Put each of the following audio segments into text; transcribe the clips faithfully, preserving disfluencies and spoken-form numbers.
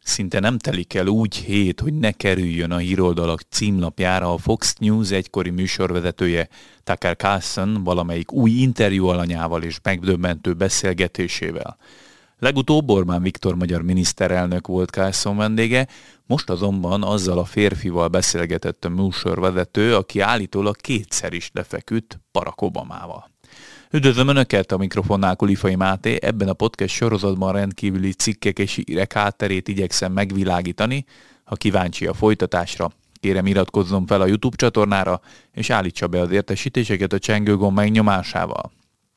Szinte nem telik el úgy hét, hogy ne kerüljön a híroldalak címlapjára a Fox News egykori műsorvezetője Tucker Carlson valamelyik új interjú alanyával és megdöbbentő beszélgetésével. Legutóbb Orbán Viktor magyar miniszterelnök volt Carlson vendége, most azonban azzal a férfival beszélgetett a műsorvezető, aki állítólag kétszer is lefeküdt Barack Obamával. Üdvözlöm Önöket, a mikrofonnál Kulifai Máté, ebben a podcast sorozatban rendkívüli cikkek és hírek hátterét igyekszem megvilágítani. Ha kíváncsi a folytatásra, kérem iratkozzon fel a YouTube csatornára, és állítsa be az értesítéseket a csengőgomb megnyomásával.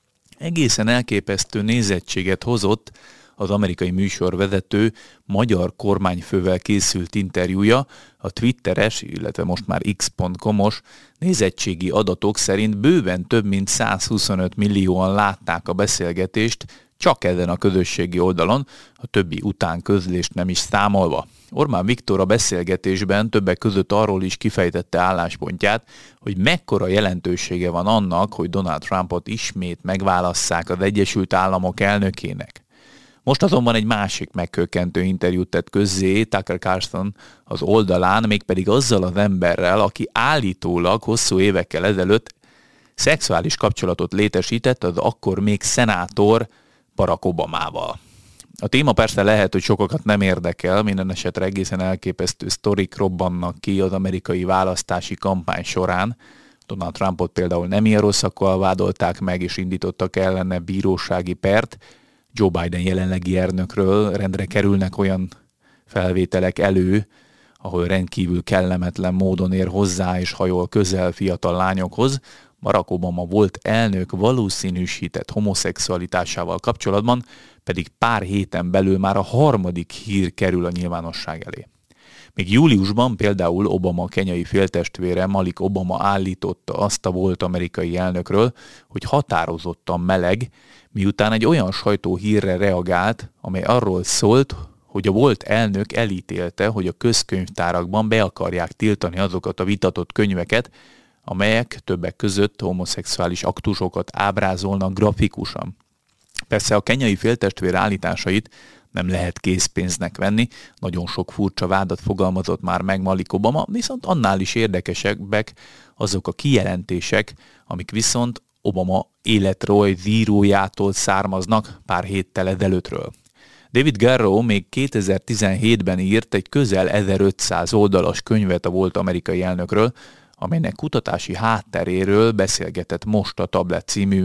Egészen elképesztő nézettséget hozott az amerikai műsorvezető magyar kormányfővel készült interjúja. A twitteres, illetve most már x pont com-os nézettségi adatok szerint bőven több mint százhuszonöt millióan látták a beszélgetést csak ezen a közösségi oldalon, a többi utánközlést nem is számolva. Orbán Viktor a beszélgetésben többek között arról is kifejtette álláspontját, hogy mekkora jelentősége van annak, hogy Donald Trumpot ismét megválasszák az Egyesült Államok elnökének. Most azonban egy másik megkökkentő interjút tett közzé Tucker Carlson az oldalán, mégpedig azzal az emberrel, aki állítólag hosszú évekkel ezelőtt szexuális kapcsolatot létesített az akkor még szenátor Barack Obamával. A téma persze lehet, hogy sokakat nem érdekel, minden esetre egészen elképesztő sztorik robbannak ki az amerikai választási kampány során. Donald Trumpot például nem ilyen rosszakkal vádolták meg, és indítottak ellene bírósági pert. Joe Biden jelenlegi elnökről rendre kerülnek olyan felvételek elő, ahol rendkívül kellemetlen módon ér hozzá és hajol közel fiatal lányokhoz. Barack Obama volt elnök valószínűsített homoszexualitásával kapcsolatban, pedig pár héten belül már a harmadik hír kerül a nyilvánosság elé. Még júliusban például Obama kenyai féltestvére Malik Obama állította azt a volt amerikai elnökről, hogy határozottan meleg, miután egy olyan sajtóhírre reagált, amely arról szólt, hogy a volt elnök elítélte, hogy a közkönyvtárakban be akarják tiltani azokat a vitatott könyveket, amelyek többek között homoszexuális aktusokat ábrázolnak grafikusan. Persze a kenyai féltestvér állításait nem lehet készpénznek venni, nagyon sok furcsa vádat fogalmazott már meg Malik Obama, viszont annál is érdekesebbek azok a kijelentések, amik viszont Obama életrajzírójától származnak pár héttel ezelőttről. David Garrow még kétezer-tizenhétben írt egy közel ezerötszáz oldalas könyvet a volt amerikai elnökről, amelynek kutatási hátteréről beszélgetett most a Tablet című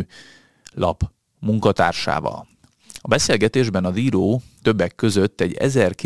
lap munkatársával. A beszélgetésben az író többek között egy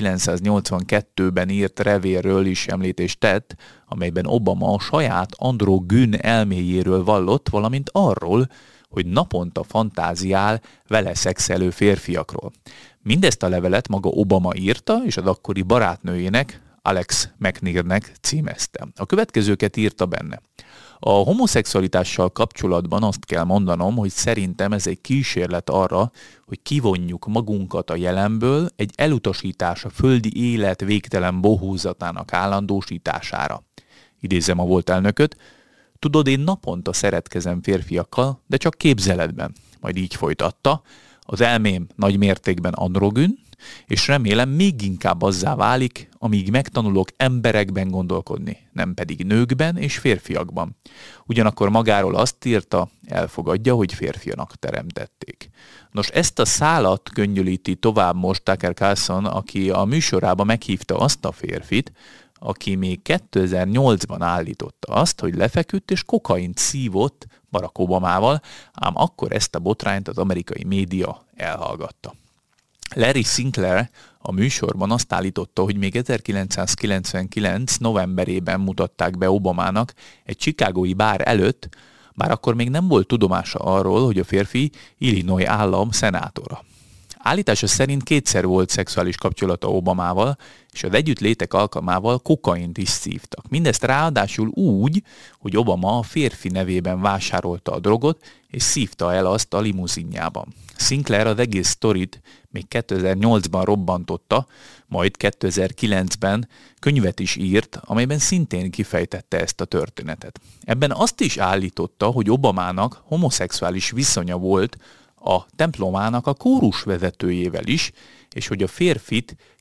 ezerkilencszáznyolcvankettőben írt levélről is említést tett, amelyben Obama a saját androgyn elméjéről vallott, valamint arról, hogy naponta fantáziál vele szexelő férfiakról. Mindezt a levelet maga Obama írta, és az akkori barátnőjének, Alex McNeilnek címezte. A következőket írta benne. A homoszexualitással kapcsolatban azt kell mondanom, hogy szerintem ez egy kísérlet arra, hogy kivonjuk magunkat a jelenből egy elutasítás a földi élet végtelen bohózatának állandósítására. Idézem a volt elnököt, tudod, én naponta szeretkezem férfiakkal, de csak képzeletben. Majd így folytatta, az elmém nagy mértékben androgyn, és remélem még inkább azzá válik, amíg megtanulok emberekben gondolkodni, nem pedig nőkben és férfiakban. Ugyanakkor magáról azt írta, elfogadja, hogy férfianak teremtették. Nos, ezt a szálat könnyölíti tovább most Tucker Carlson, aki a műsorában meghívta azt a férfit, aki még kétezer-nyolcban állította azt, hogy lefeküdt és kokaint szívott Barack Obamával, ám akkor ezt a botrányt az amerikai média elhallgatta. Larry Sinclair a műsorban azt állította, hogy még ezerkilencszázkilencvenkilenc novemberében mutatták be Obamának egy chicagói bár előtt, bár akkor még nem volt tudomása arról, hogy a férfi Illinois állam szenátora. Állítása szerint kétszer volt szexuális kapcsolata Obamával, és az együttlétek alkalmával kokaint is szívtak. Mindezt ráadásul úgy, hogy Obama a férfi nevében vásárolta a drogot, és szívta el azt a limuzinjában. Sinclair az egész sztorit még kétezer-nyolcban robbantotta, majd kétezer-kilencben könyvet is írt, amelyben szintén kifejtette ezt a történetet. Ebben azt is állította, hogy Obamának homoszexuális viszonya volt a templomának a kórusvezetőjével is, és hogy a férfit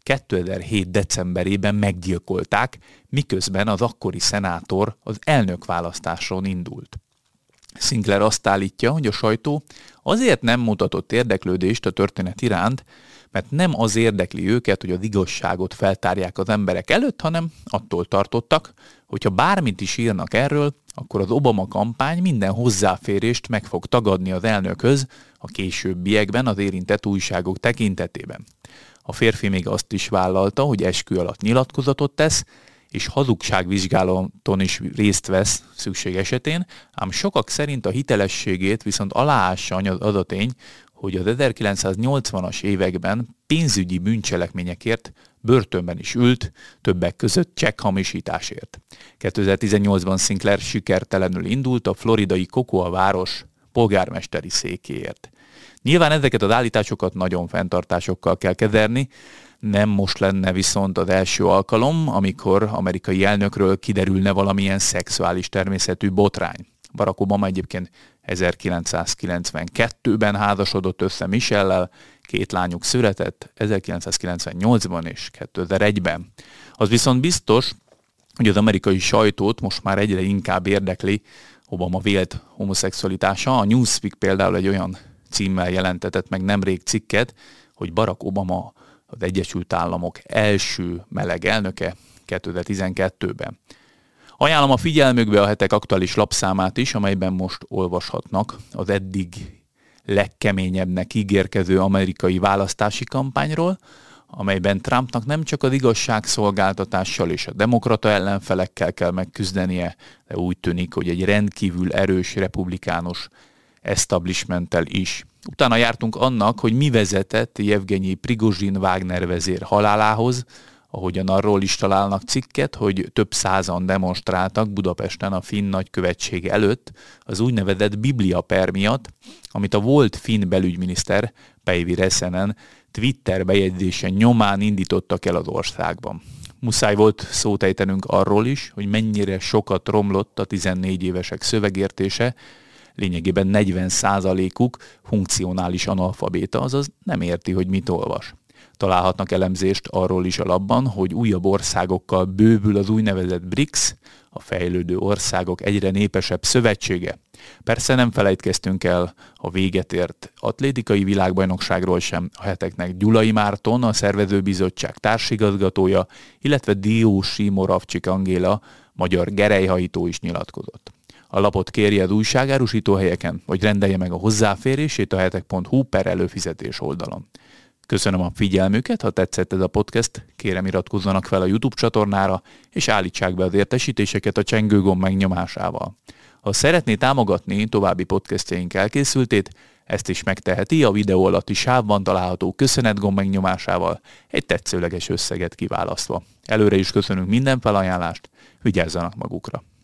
kétezer-hét decemberében meggyilkolták, miközben az akkori szenátor az elnökválasztáson indult. Sinclair azt állítja, hogy a sajtó azért nem mutatott érdeklődést a történet iránt, mert nem az érdekli őket, hogy az igazságot feltárják az emberek előtt, hanem attól tartottak, hogyha bármit is írnak erről, akkor az Obama kampány minden hozzáférést meg fog tagadni az elnökhöz a későbbiekben az érintett újságok tekintetében. A férfi még azt is vállalta, hogy eskü alatt nyilatkozatot tesz, és hazugságvizsgálaton is részt vesz szükség esetén, ám sokak szerint a hitelességét viszont aláássa az a tény, hogy az ezerkilencszáznyolcvanas években pénzügyi bűncselekményekért börtönben is ült, többek között csekkhamisításért. kétezer-tizennyolcban Sinclair sikertelenül indult a floridai Cocoa város polgármesteri székéért. Nyilván ezeket az állításokat nagyon fenntartásokkal kell kezelni, nem most lenne viszont az első alkalom, amikor amerikai elnökről kiderülne valamilyen szexuális természetű botrány. Barack Obama egyébként ezerkilencszázkilencvenkettőben házasodott össze Michelle-lel, két lányuk született ezerkilencszázkilencvennyolcban és kétezer-egyben. Az viszont biztos, hogy az amerikai sajtót most már egyre inkább érdekli Obama vélt homoszexualitása. A Newsweek például egy olyan címmel jelentetett meg nemrég cikket, hogy Barack Obama az Egyesült Államok első meleg elnöke kétezer-tizenkettőben. Ajánlom a figyelmükbe a hetek aktuális lapszámát is, amelyben most olvashatnak az eddig legkeményebbnek ígérkező amerikai választási kampányról, amelyben Trumpnak nem csak az igazságszolgáltatással és a demokrata ellenfelekkel kell megküzdenie, de úgy tűnik, hogy egy rendkívül erős republikánus establishmenttel is. Utána jártunk annak, hogy mi vezetett Jevgenyi Prigozsin Wagner vezér halálához, ahogyan arról is találnak cikket, hogy több százan demonstráltak Budapesten a finn nagykövetség előtt az úgynevezett Biblia per miatt, amit a volt finn belügyminiszter Päivi Räsänen Twitter bejegyzése nyomán indítottak el az országban. Muszáj volt szót ejtenünk arról is, hogy mennyire sokat romlott a tizennégy évesek szövegértése, lényegében negyven százalékuk funkcionális analfabéta, azaz nem érti, hogy mit olvas. Találhatnak elemzést arról is a labban, hogy újabb országokkal bővül az úgynevezett BRICS, a fejlődő országok egyre népesebb szövetsége. Persze nem felejtkeztünk el a véget ért atlétikai világbajnokságról sem, a heteknek Gyulai Márton, a szervezőbizottság társigazgatója, illetve Diósi Moravcsik Angéla, magyar gerelyhajtó is nyilatkozott. A lapot kérje az újságárusítóhelyeken, vagy rendelje meg a hozzáférését a hetek pont hu per előfizetés oldalon. Köszönöm a figyelmüket, ha tetszett ez a podcast, kérem iratkozzanak fel a YouTube csatornára, és állítsák be az értesítéseket a csengőgomb megnyomásával. Ha szeretné támogatni további podcastjaink elkészültét, ezt is megteheti a videó alatti sávban található köszönetgomb megnyomásával, egy tetszőleges összeget kiválasztva. Előre is köszönünk minden felajánlást, vigyázzanak magukra!